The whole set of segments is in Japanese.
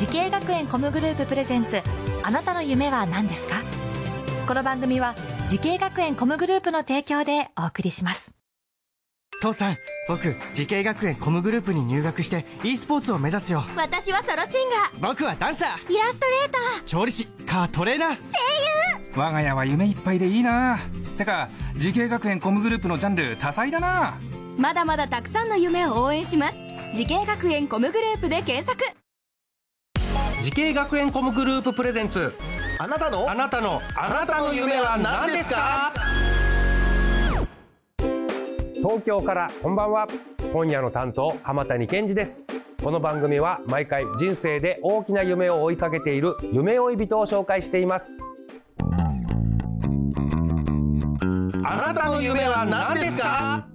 時系学園コムグループプレゼンツ、あなたの夢は何ですか？この番組は時系学園コムグループの提供でお送りします。 父さん、僕時系学園コムグループに入学して e スポーツを目指すよ。 私はソロシンガー、 僕はダンサー、 イラストレーター、 調理師、カートレーナー、声優。我が家は夢いっぱいでいいな。てか時系学園コムグループのジャンル多彩だな。 まだまだたくさんの夢を応援します。時系学園コムグループで検索。 時系学園コムグループプレゼンツ、あなたの夢は何ですか？ 東京からこんばんは。今夜の担当浜谷健二です。この番組は毎回人生で大きな夢を追いかけている夢追い人を紹介しています。 あなたの夢は何ですか？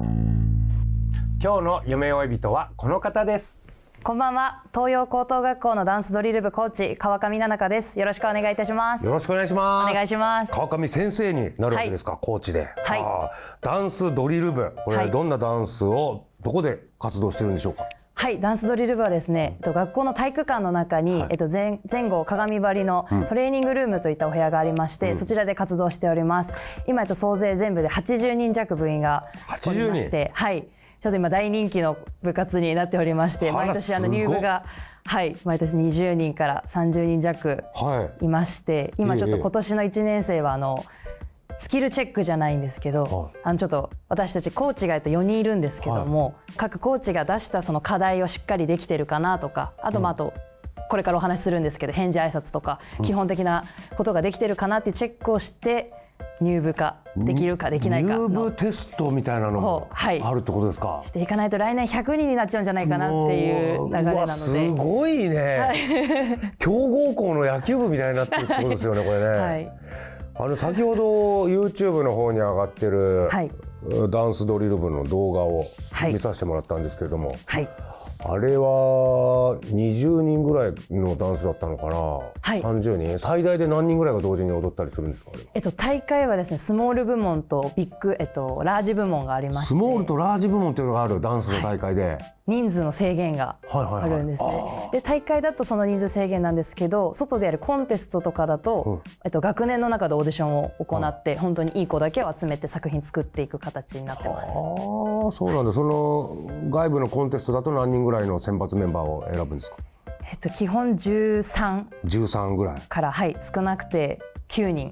今日の夢追い人はこの方です。 こんばんは。東洋高等学校のダンスドリル部コーチ川上奈々香です。よろしくお願いいたします。 よろしくお願いします。 お願いします。 川上先生になるわけですか？コーチで、ダンスドリル部、これどんなダンスをどこで活動してるんでしょうか？ はい、ダンスドリル部はですね、学校の体育館の中に、前後鏡張りのトレーニングルームといったお部屋がありまして、そちらで活動しております。今、総勢全部で80人弱部員がおりまして、はい、ちょっと今大人気の部活になっておりまして、毎年入部が、はい、毎年20人から30人弱いまして、今ちょっと今年の1年生はスキルチェックじゃないんですけど、ちょっと私たちコーチが4人いるんですけども、各コーチが出したその課題をしっかりできてるかなとか、あとこれからお話しするんですけど、返事挨拶とか基本的なことができてるかなっていうチェックをして入部化できるかできないかの入部テストみたいなのもあるってことですか？ していかないと来年100人になっちゃうんじゃないかなっていう流れなので。 すごいね、強豪校の野球部みたいになってるってことですよねこれね。先ほど YouTube の方に上がってる、ダンスドリル部の動画を見させてもらったんですけれども、あれは20人ぐらいのダンスだったのかな、30人、最大で何人ぐらいが同時に踊ったりするんですか？ 大会はですね、スモール部門とビッグ、ラージ部門がありまして、 スモールとラージ部門っていうのがあるダンスの大会で、 人数の制限があるんですね。で、大会だとその人数制限なんですけど、外でやるコンテストとかだと、学年の中でオーディションを行って、本当にいい子だけを集めて作品作っていく形になってます。 そうなんだ。その外部のコンテストだと何人ぐらいの選抜メンバーを選ぶんですか？ 基本13 ぐらいから、少なくて9人。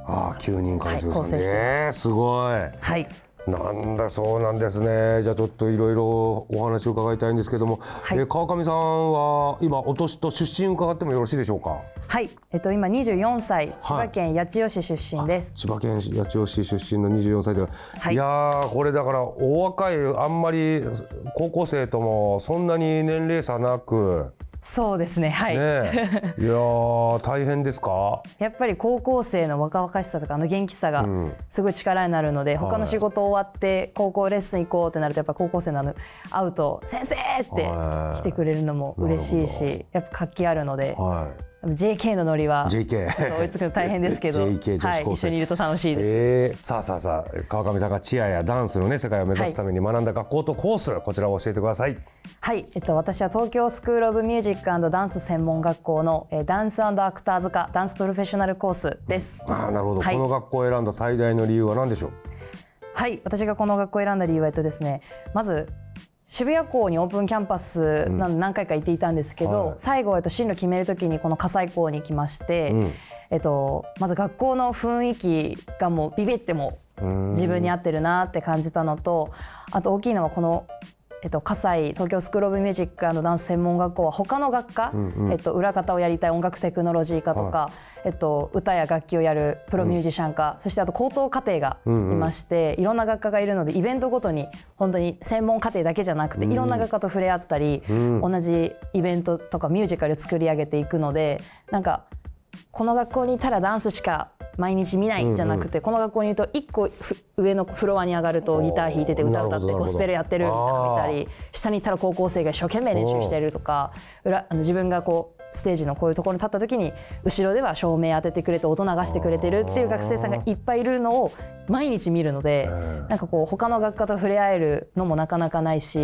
9人から13、 構成してます。 すごい。なんだそうなんですね。じゃあちょっといろいろお話を伺いたいんですけども、川上さんは今お年と出身伺ってもよろしいでしょうか？ はい、今24歳、千葉県八千代市出身です。 千葉県八千代市出身の24歳で、いやー、これだからお若い、あんまり高校生ともそんなに年齢差なく。 そうですね、はい。 いや大変ですか？ やっぱり高校生の若々しさとか元気さがすごい力になるので、他の仕事終わって高校レッスン行こうってなると、やっぱ高校生の会うと先生って来てくれるのも嬉しいし、やっぱ活気あるので、JK のノリは追いつくの大変ですけど JK 女子高生、 一緒にいると楽しいです。 さあ川上さんがチアやダンスの、世界を目指すために学んだ学校とコース、こちらを教えてください。 はい、私は東京スクールオブミュージック&ダンス専門学校のダンス&アクターズ科ダンスプロフェッショナルコースです。 なるほど、この学校を選んだ最大の理由は何でしょう？ はい、私がこの学校を選んだ理由はですね、まず渋谷校にオープンキャンパス何回か行っていたんですけど、最後進路決めるときにこの葛西校に来まして、まず学校の雰囲気がもうビビっても自分に合ってるなって感じたのと、あと大きいのはこの葛西東京スクールオブミュージック&ダンス専門学校は他の学科、裏方をやりたい音楽テクノロジー科とか、歌や楽器をやるプロミュージシャン科、そしてあと高等課程がいまして、いろんな学科がいるので、イベントごとに本当に専門課程だけじゃなくて、いろんな学科と触れ合ったり、同じイベントとかミュージカル作り上げていくので、なんかこの学校にいたらダンスしか毎日見ないじゃなくて、この学校にいると1個上のフロアに上がるとギター弾いてて歌歌ってゴスペルやってるみたいなのを見たり、下に行ったら高校生が一生懸命練習してるとか、自分がステージのこういうところに立った時に後ろでは照明当ててくれて音流してくれてるっていう学生さんがいっぱいいるのを毎日見るので、なんか他の学科と触れ合えるのもなかなかないし、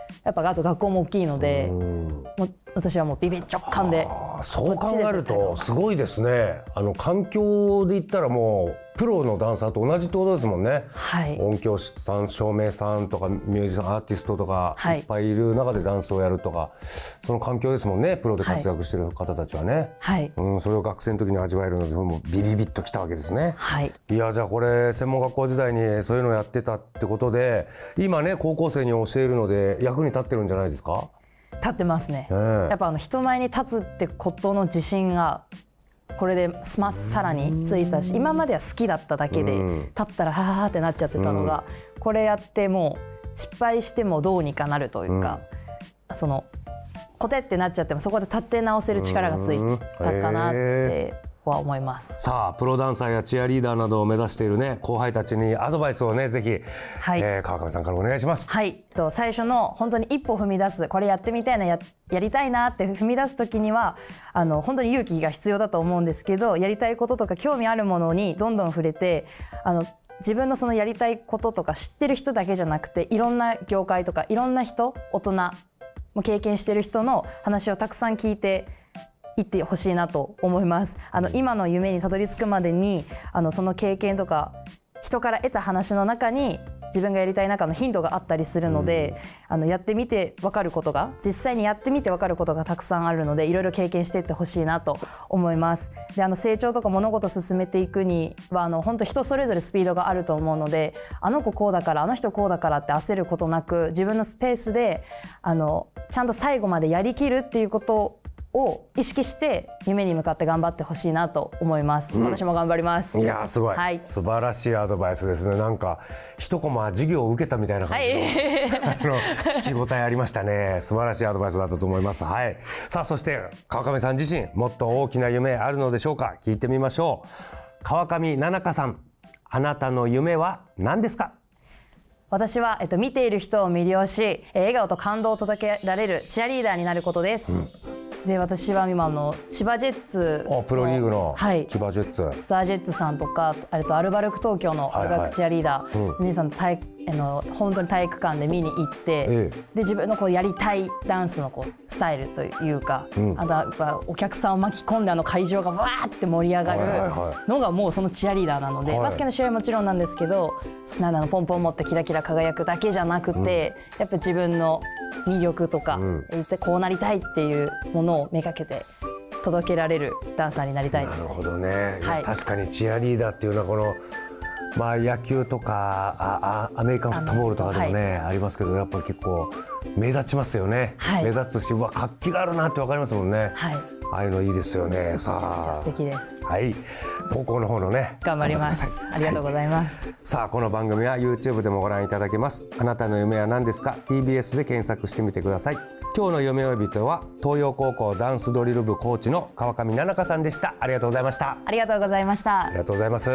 やっぱあと学校も大きいので、もう私はもうビビ直感で。 そう考えるとすごいですね。環境で言ったらもうプロのダンサーと同じってことですもんね。 はい、 音響さん、照明さんとかミュージシャン、アーティストとかいっぱいいる中でダンスをやるとか、その環境ですもんね。プロで活躍してる方たちはね、はい、それを学生の時に味わえるのでもうビビビッときたわけですね。はい、いやじゃあこれ専門学校時代にそういうのをやってたってことで、今ね高校生に教えるので役に立ってるんじゃないですか？ 立ってますね。やっぱ人前に立つってことの自信がこれでさらについたし、今までは好きだっただけで立ったらはははってなっちゃってたのが、これやってもう失敗してもどうにかなるというか、そのコテってなっちゃってもそこで立て直せる力がついたかなっては思います。 さあプロダンサーやチアリーダーなどを目指しているね後輩たちにアドバイスをねぜひ、はい、川上さんからお願いします。 はい、最初の本当に一歩踏み出す、これやってみたいな やりたいなって踏み出す時には本当に勇気が必要だと思うんですけど、やりたいこととか興味あるものにどんどん触れて自分のそのやりたいこととか知ってる人だけじゃなくて、いろんな業界とかいろんな人、大人も経験してる人の話をたくさん聞いていってほしいなと思います。今の夢にたどり着くまでにその経験とか人から得た話の中に自分がやりたい中のヒントがあったりするので、やってみて分かることが、実際にやってみて分かることがたくさんあるので、いろいろ経験していってほしいなと思います。で成長とか物事を進めていくには本当人それぞれスピードがあると思うので、あの子こうだからあの人こうだからって焦ることなく、自分のスペースでちゃんと最後までやりきるっていうことを意識して夢に向かって頑張ってほしいなと思います。私も頑張ります。 いやすごい、はい、素晴らしいアドバイスですね。なんか一コマ授業を受けたみたいな感じの、聞き応えありましたね。素晴らしいアドバイスだったと思います。はい、さあそして川上さん自身もっと大きな夢あるのでしょうか？聞いてみましょう。川上菜々香さん、あなたの夢は何ですか？ 私は、見ている人を魅了し笑顔と感動を届けられるチアリーダーになることです。で私は今千葉ジェッツのプロリーグの千葉ジェッツ、 スタージェッツさんとかアルバルク東京の音楽チアリーダー、皆さん本当に体育館で見に行って、で自分のやりたいダンスのスタイルというか、あとはやっぱお客さんを巻き込んで会場がわーって盛り上がるのがもうそのチアリーダーなので、バスケの試合はもちろんなんですけど、ポンポン持ってキラキラ輝くだけじゃなくて、やっぱ自分の魅力とか、こうなりたいっていうものをめがけて届けられるダンサーになりたいです。 なるほどね、はい、確かにチアリーダーっていうのは野球とかアメリカンフットボールとかでもね、ありますけど、やっぱり結構目立ちますよね。目立つし、活気があるなって分かりますもんね。ああいうのいいですよね。さあ素敵です。 はい、高校の方のね頑張ります。ありがとうございます。 さあこの番組は YouTube でもご覧いただけます。あなたの夢は何ですか？ TBS で検索してみてください。今日の夢追い人は東洋高校ダンスドリル部コーチの川上菜々香さんでした。ありがとうございました。 ありがとうございました。 ありがとうございます。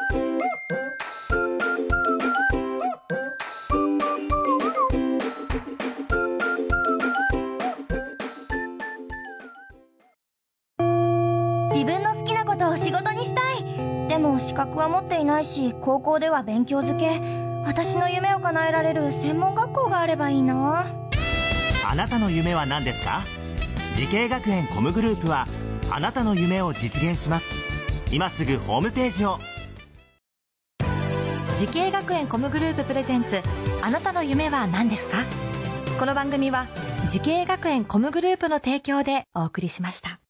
自分の好きなことを仕事にしたい。でも資格は持っていないし、高校では勉強づけ。私の夢を叶えられる専門学校があればいいな。 あなたの夢は何ですか？時系学園コムグループはあなたの夢を実現します。今すぐホームページを。 時系学園コムグループプレゼンツ、あなたの夢は何ですか？この番組は時系学園コムグループの提供でお送りしました。